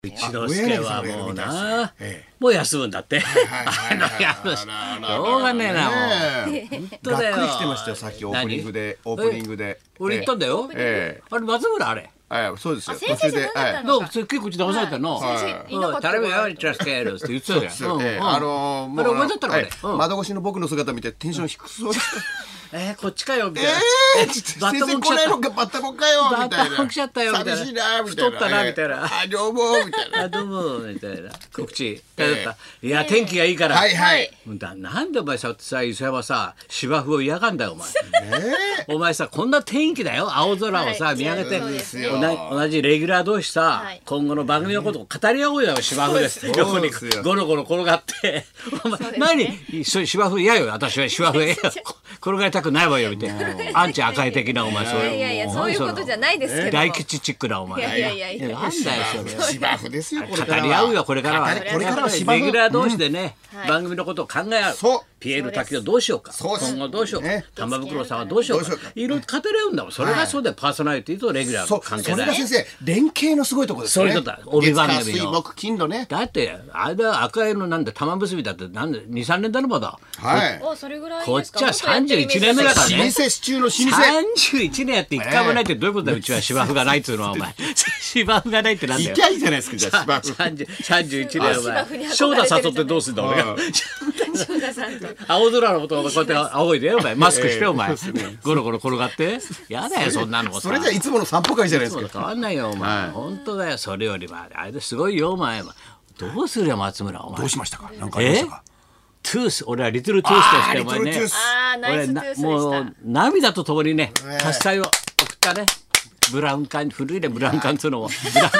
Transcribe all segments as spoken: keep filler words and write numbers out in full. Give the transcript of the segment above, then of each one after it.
一之輔はもうな、もう休むんだって。あの休むしょうがねえな、もう。本当だよ。 がっくりしてましたよ、さっきオープニングで。オープニングで。 俺言ったんだよ。あれ松村あれ。 はい、そうですよ。 先生じゃなかったのか。 結構うち流されたの。頼むよ、一之輔って言ってたじゃん。 あのあれお前だったのあれ。 窓越しの僕の姿見てテンション低そうだった。 えー、こっちかよみたいな。 えー、バッタモン来ちゃった。バッタモンかよみたいな。 バッタモン来ちゃったよみたいな。 寂しいなみたいな。 太ったなみたいな。 あ、どうもみたいな。 あ、どうもみたいな。告知。いや、天気がいいから。 はいはい。 なんでお前さ、磯山さ、芝生を嫌がんだよ、お前。お前さ、こんな天気だよ。青空をさ、見上げて。同じレギュラー同士さ、今後の番組のことを語り合おうよ、芝生です。横にゴロゴロ転がって。お前、何芝生嫌よ、私は芝生嫌よ。転がりたくないわよみたいな。アンチ赤い的なお前、 そういう。いやいや、そういうことじゃないですけど。 大吉チックなお前。 いやいやいや。 なんだよそれ。 芝生ですよ。 語り合うよこれからは。これからはレギュラー同士でね、番組のことを考え合う。ピエール滝をどうしようか。今後どうしようか。玉袋さんはどうしようか。いろいろ語り合うんだもん。それがそうでパーソナリティとレギュラーの関係だよ。 それが先生連携のすごいところですね。 そういうことだ。帯番組の。 月火水木金土ね。 だってあれは赤いのなんで玉結びだってなんでにさんねんだろまだ。 はい。 おそれぐらいこっちはさんじゅういちねんめだからね。 老舗中の老舗。 さんじゅういちねんやって一回もないってどういうことだよ。うちは芝生がないっつうのはお前。芝生がないってなんだよ。 いきゃいいじゃないですか。じゃあ芝生。 さんじゅういちねんお前。翔太誘ってどうすんだ俺が。青空のことをこうやって仰いでよお前。マスクしてお前。ゴロゴロ転がって。やだよそんなの。 それじゃいつもの散歩会じゃないですか。 変わんないよお前。本当だよ。それよりはあれですごいよお前。どうするよ松村お前。 どうしましたか。なんかありましたか。 トゥース、俺はリトルトゥースとしてお前ね。 ああ、ナイストゥースでした。 もう涙とともにね、喝采を送ったね。ブラウン管、古いねブラウン管っていうのも。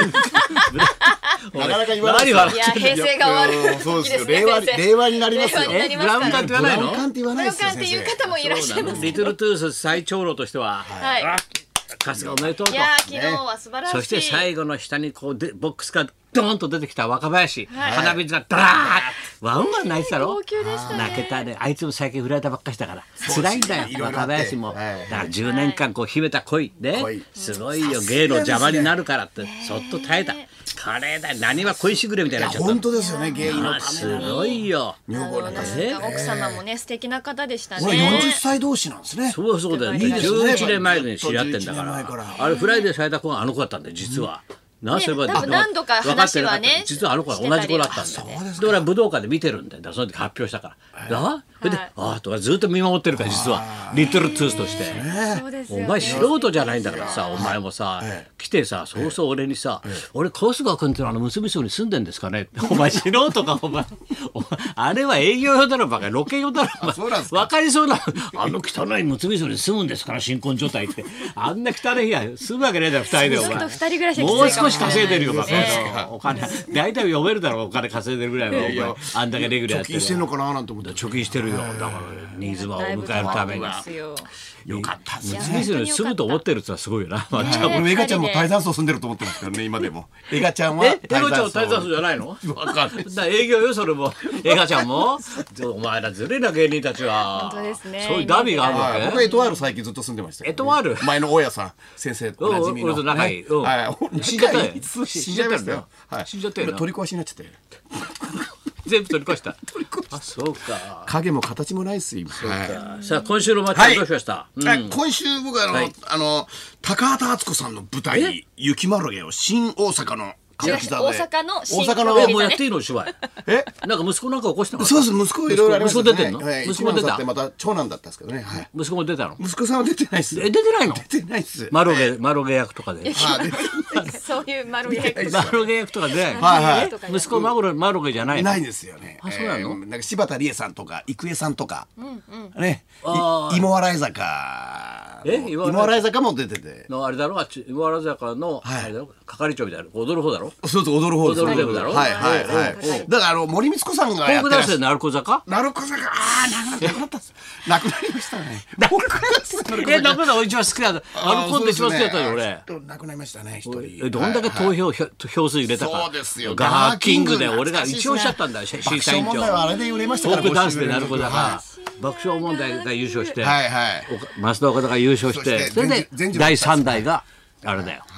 なかなか言わない。 いや平成が終わる。 そうですよ。令和令和になりますよ。 え、ブラウン管って言わないの？ ブラウン管って言わないですよ。 ブラウン管っていう方もいらっしゃいます。 リトルトゥース最長老としては。 はい。 春日おめでとうと。 いや昨日は素晴らしい。 そして最後の下にこうでボックスがドーンと出てきた若林、鼻水がダラーッワンワン泣いてたろ。泣けたね。あいつも最近振られたばっかしたから辛いんだよ若林も。だからじゅうねんかんこう秘めた恋ですごいよ芸の邪魔になるからってそっと耐えた。カレーだ何は恋しぐれみたいになっちゃった。 本当ですよね芸のために。 すごいよ。 奥様もね素敵な方でしたね。 これよんじゅっさい同士なんですね。 そうそうだよ。じゅういちねんまえに知り合ってんだから。あれフライデーされた子があの子だったんだよ実は。なせば多分何度か話はね実はあの子は同じ子だったんだよ。で俺は武道館で見てるんだよ。その時発表したからだそれでああとかずっと見守ってるから実はリトルトゥースとしてお前素人じゃないんだからさお前もさ来てさそうそう俺にさ俺春日君ってのあの娘荘に住んでんですかねお前素人かお前あれは営業用だろバカロケ用だろお前分かりそうなあの汚い娘荘に住むんですから新婚状態ってあんな汚い日は住むわけねえだろふたりでお前もう少し稼いでるよバカお金大体読めるだろお金稼いでるぐらいはあんだけレギュラーやってる。 貯金してんのかななんて思って貯金してるよだから新妻を迎えるためによかった娘荘に住むと思ってるってのはすごいよな。 エガちゃんも大山荘住んでると思ってますからね今でも。エガちゃんはエガちゃんは大山荘じゃないの？分かんない営業よそれもエガちゃんもお前らずるいな芸人たちは。 本当ですね。 そういうダビがあるわけ。 僕はエトワール最近ずっと住んでました。 エトワール前の大家さん先生おなじみの。 俺と仲いい。 死んじゃったよ。死んじゃいましたよ。 死んじゃったよ。 取り壊しになっちゃって。 全部取り越した。あ、そうか。 影も形もないっす今。 さあ今週のマッチどうしました。 今週僕はあのあの高畑敦子さんの舞台雪まろげを新大阪の大阪の大阪のもうやっていいの芝居。え、なんか息子なんか起こしたの。 そうです息子いろいろありましたね。 息子出てんの？息子出た。 また長男だったんですけどね。 息子も出たの。 息子さんは出てないっす。 え出てないの？ 出てないっす。 マロゲマロゲ役とかで。 そういうマロゲ役。 マロゲ役とかで。息子マロマロゲじゃない。 ないんですよね。 あそうなの？ なんか柴田理恵さんとか郁恵さんとかね芋洗坂。 え芋洗い坂も出てて。 のあれだろ芋洗坂のあれだろ係長みたいな踊る方だろ。 そうそう踊る方。 踊る方だろ。 はいはいはい。だからあの森光子さんがやってらっしゃる鳴子坂。 鳴子坂ああなくなったっす。なくなりましたね。 えなくなった俺一番好きだ。あのコンテ一番好きだったよ俺。 なくなりましたね一人。 えどんだけ投票票数入れたか。 そうですよ。 ガーキングで俺が一応しちゃったんだ審査委員長。 爆笑問題はあれで売れましたから。 フォークダンスで鳴子坂。爆笑問題が優勝して、増田岡田が優勝して、それでだいさんだいがあれだよ。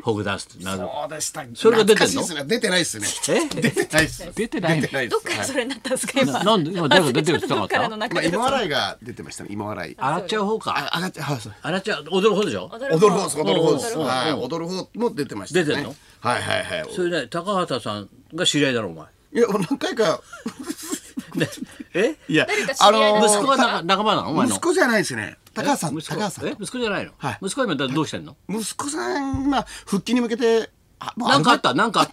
フォークダンスってなる。 そうでした。 それが出てんの？ 懐かしいですね。出てないですね。 え出てないです。 出てない出てないです。 どっからそれになったんですか今。 ななんで今誰か出てるって言ってなかった？ まあ芋洗いが出てましたね。芋洗い。 洗っちゃう方か。 あ、上がっちゃう。はい、そう。 洗っちゃう踊る方でしょ？ 踊る方です。踊る方です。 うんはい。 うん踊る方も出てましたね。 出てんの？ はいはいはい。 それで高畑さんが知り合いだろお前。 いや何回か。 ねえ？ いや誰か知り合いの息子が仲仲間なのお前の？ 息子じゃないですね。高橋さん。 息子高橋さん。 え息子じゃないの？ はい息子は今どうしてんの？ 息子さんまあ復帰に向けて。 なんかあったなんかあった。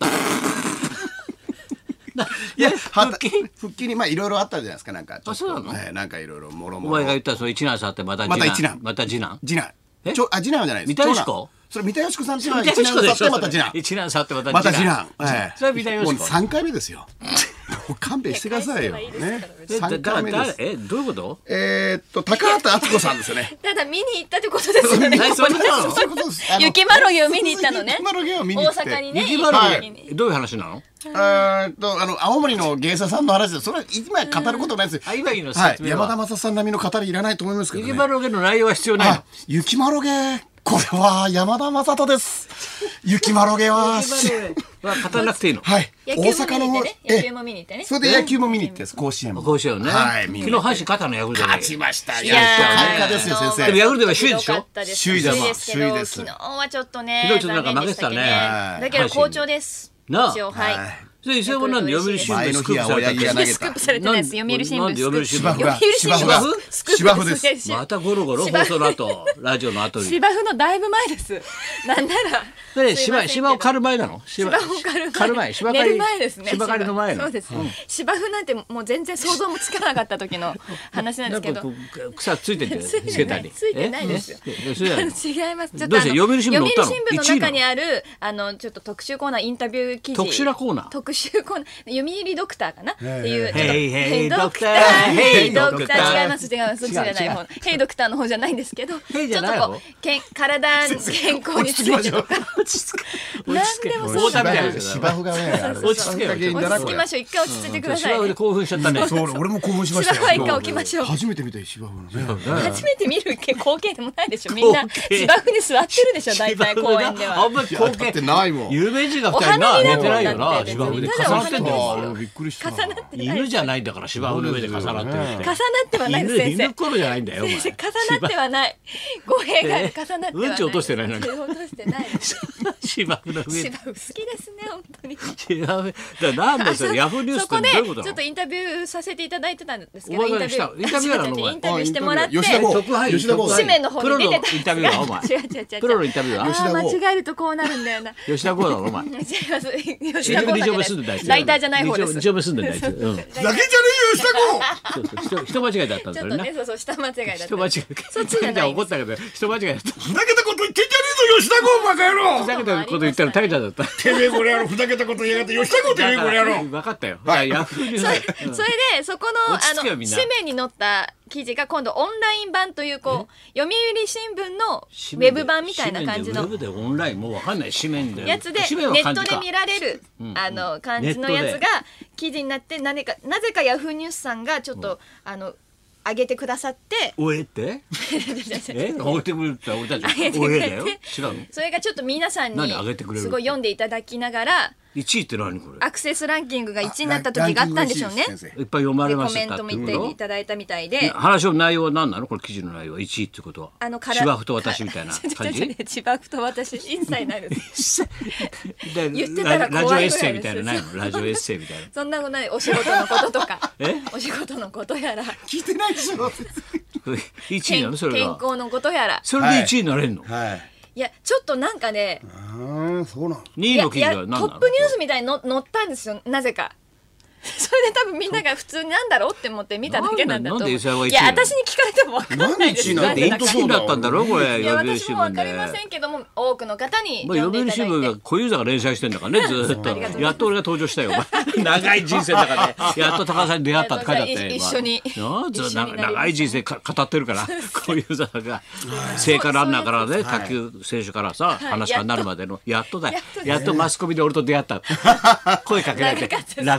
いや復帰復帰にまあいろいろあったじゃないですかなんか。 あそうなの？ はいなんかいろいろもろおもろ。 前が言ったその一男さってまたまた一男また次男？ 次男。 えちょあ次男じゃないです。 三田佳子？ それ三田佳子さんっていうのは三田一男さってまた次男。 一男さってまたまた次男。はいそれは三田佳子。 もう三回目ですよ。もう勘弁してくださいよ。ね。三回目です。 えどういうこと？ えっと高畑敦子さんですよね。 ただ見に行ったってことですよね。 何それ見たの？ そういうことです。 雪まろげを見に行ったのね。 雪まろげを見に大行って。 阪にね。 雪まろはげどういう話なの？ えーっとあの青森の芸者さんの話でそれは今語ることないですよ。 あ今いいのはい説明は。 山田正さん並みの語りいらないと思いますけどね。 雪まろげの内容は必要ないのあ。雪まろげこれは山田正人です。雪まろげは雪まろげは語らなくていいの？ はい野大球も見に行阪の方ってね。野球も見に行ってね。 それで野球も見に行ってです甲子園も甲子園ね。 はい昨日阪神肩のヤクルトで勝ちました。いいややー結果ですよ先生。 でもヤクルトが首位でしょ？ ひどかったです首位だまあですけど首位です昨日はちょっとね。 昨日ちょっとなんか負けてたね残念でしただけど好調です。 なあ一応はい。 それ伊勢もなんで読売新聞スクープされたっけ？ 前の日は親父が投げスクープされてないです。読売新聞。 なんで読売新聞読売新聞。 芝生スクープ芝生ですまたゴロゴロ放送の後ラジオの後に。 芝生のだいぶ前です。なんなら。 それ芝芝を刈る前なの？ 芝を刈る前。 刈る前芝刈寝りる前ですね。 芝刈りの前の。 そうです。芝生なんてもう全然想像もつかなかった時の話なんですけど。 なんかこう草ついててついてつけたり。 ないついてないですよ。 ええそうじゃないの違います。ちょっどうしてとあの読売新聞載ったの読売新聞の中にあるあのちょっと特集コーナーインタビュー記事。 特殊なコーナー特集コーナー読売ドクターかなっていう。ちょっとヘイヘイドクターヘイドクタヘイドクターー違います違いますそっちじゃない方。ヘイドクターの方じゃないんですけど。 ヘイじゃない方ちょっとこうけん体健康についてとか。 落ち着け何落ち着けでもそう太田みたいなやつだ芝生がねある落ち着けよ原因だなこれ落ち着きましょう一回落ち着いてくださいね芝生で。興奮しちゃったね。 そう俺も興奮しましたよ。 芝生は一回置きましょう。 初めて見たよ芝生のね。 初めて見る光景でもないでしょ。みんな光景芝生に座ってるでしょ。大体公園では。 あんまり光景だってないもん。 有名人が二人なお花見だもん寝てないよだってな芝生で重なってんだよ。 あびっくりした。 重なってない。 犬じゃないんだから芝生の上で重なってるって。 重なってはないです犬先生。 犬頃じゃないんだよお前。 先生重なってはない。語弊が重なってはない。 うんち落としてないのに落としてないです。 芝生の上で芝生好きですね本当に。 芝生だからなんだそれヤフーニュースってどそこでういうことなのちょっと？インタビューさせていただいてたんですけおど、 前がしたインタビューなのお前インタビューしてもらって、 吉田剛特派員吉田剛特派員紙面の方に出てた。 プロのインタビューはお前違う違う違う違う。 プロのインタビューはあー吉田剛間違えるとこうなるんだよな。 吉田剛だろお前。 違います。吉田剛さん二じゃない丁目住んでたやつ。 ライターじゃない方です。 二丁目住んでたやつ。うん。 だけじゃねえよ吉田剛。 そうそう人人間違いだったんだよなちょっとね、。そうそう、下間違いだった。 人間違い。 そっちじゃない怒ったけど人間違いだった。 ふざけたこと言ってんじゃねえぞ吉田剛バカ野郎。 ふざけたこと言ったらタイターだった。 てめえこれ野郎ふざけたこと言いやがって吉田剛てめえこれ野郎。 分かったよ。 はいヤフーニューそれス。 それでそこの落ちあの着けよみんな紙面に載った記事が今度オンライン版というこう読売新聞のウ紙面でェブ版みたいな感じの紙面でウェブでオンラインもう分かんない紙面で。 やつで紙面はネッ漢字かトで見られるあの感じのやつが記事になって何かなぜかヤフーニュースさんがちょっとあの上げてくださっておえって？え？上げてくれるって俺たち上げてくれておえだよ。違うの？ それがちょっと皆さんに何上げてくれるってすごい読んでいただきながらいちいって何これ？ アクセスランキングがいちいになった時があったんでしょうね。 先生いっぱい読まれでコメンましたトも言っていただいたみたいで。 話の内容は何なのこれ記事の内容はいちいってことはあのから芝生と私みたいな感じ芝生と私一切ないですで言ってたらラ怖いぐらいですラジオエッセイみたいなのないのラジオエッセイみたいなそんなことないお仕事のこととかえお仕事のことやら聞いてないでしょ。 いちいなのそれが健康のことやらそれでいちいになれんの、 はい。 いやちょっとなんかねああそうなの。 にいの記事いやいやは何なのトップニュースみたいにの載ったんですよなぜかそれで多分みんなが普通になんだろうって思って見ただけなんだと思うなんでなんで伊沢がい一位なのや私に聞かれても分かんないですなんで一位なのぜだかいちいだったんだろこれいや読売新聞私も分かりまでせんけども多くの方にまあ、 読んで読売新聞いただいてが小遊三が連載してんだからねずーっありがとうございますとやっと俺が登場したよお前長い人生の中でやっと高橋さんに出会ったって書いてあったよい一緒に今なず一緒になりました長い人生か語ってるから小遊三が聖火ランナーからね卓球選手からさ話家になるまでのやっとだよやっとですやっとマスコミで俺と出会った声かけられて長かったです落語番組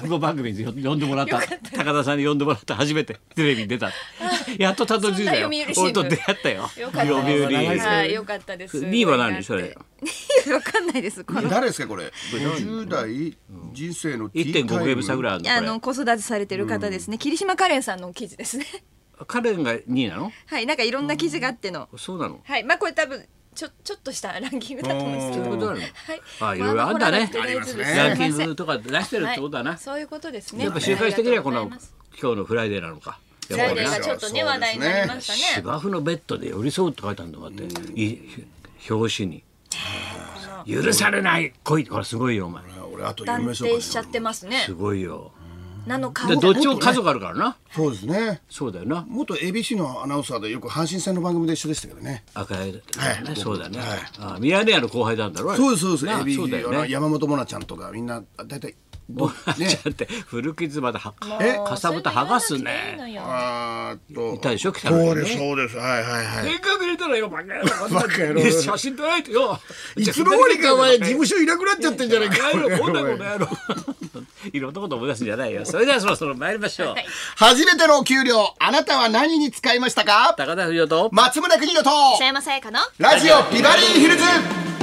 に呼んでもらった。高田さんに呼んでもらった初めてテレビに出た。やっとたどり着いたよ。俺と出会ったよ。読売。 はい、よかったです。 にいは何それ？ わかんないです。 誰ですかこれ？ごじゅう代人生のいってんご ゲーム差ぐらいあるの。 あの子育てされてる方ですね。霧島カレンさんの記事ですね。 カレンがにいなの？ はい、なんかいろんな記事があっての。 そうなの？ はい、まあこれ多分ちょちょっとしたランキングだと思うんですけど。 はい。あ、いろいろあんだね。ランキングとか出してるってことだな。 そういうことですね。 やっぱ週刊誌的にはこの今日のフライデーなのか。 フライデーがちょっとね話題になりましたね。 芝生のベッドで寄り添うって書いてあるんだもんって。表紙に。許されない恋、これすごいよお前。 俺あと断定しちゃってますね。 すごいよ。 なのか。 どっちも家族あるからな。 そうですね。 そうだよな。 元 エービーシー のアナウンサーでよく阪神戦の番組で一緒でしたけどね。 赤いね、そうだね。あ、ミヤネ屋の後輩なんだろう。 そうですそうです。エービそうだよね。 山本モナちゃんとかみんなだいたい。 もうちゃって古傷まではかさぶた剥がすね。 あーといたでしょ北そうですそうですはいはいはい。 喧嘩入れたらよバカ野郎。 バカ野郎。 写真撮らないとよ。 いつの間にかお前事務所いなくなっちゃってんじゃないか。 こんなことやろ。いろんなこと思い出すんじゃないよ。それではそろそろ参りましょう。 初めての給料あなたは何に使いましたか？ 高田冬と松村邦洋と北山さやかのラジオビバリーヒルズ。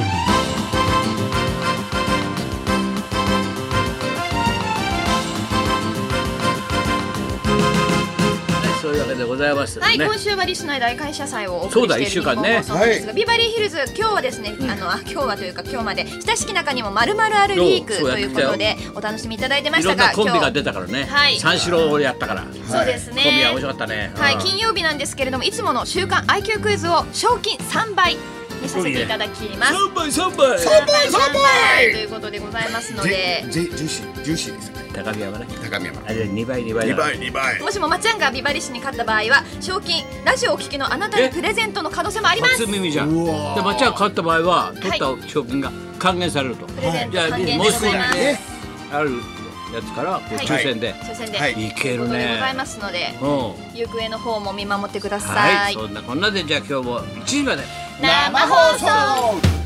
そういうわけでございます、ね。 はい、今週はリスナー大感謝祭をお送りしている日本放送ですが、ビバリーヒルズ今日はですね、うん、あのあ今日はというか今日まで親しき中にもまるまるあるリークということでお楽しみいただいてましたが、 いろんなコンビが出たからね。はい、三四郎をやったから。 そうですね。 コンビは面白かったね。 はい、金曜日なんですけれども、いつもの週刊 アイキュー クイズを賞金さんばいにさせていただきます。 さんばいさんばいさんばいさんばいということでございますので、 ジューシージューシーですよね。 高見山ね。 高見山。 あれにばいにばい。 にばいにばい。 もしもまっちゃんがビバリ市に勝った場合は賞金ラジオをお聞きのあなたにプレゼントの可能性もあります。 初耳じゃん。でまっちゃんが勝った場合は取った賞金が還元されると。 プレゼントじゃあ還元申し込んでございます。 であるやつから抽選で抽選でいけるね。 ということでございますので、行方の方も見守ってください。 はい、そんなこんなでじゃあ今日もいちじまで生放送。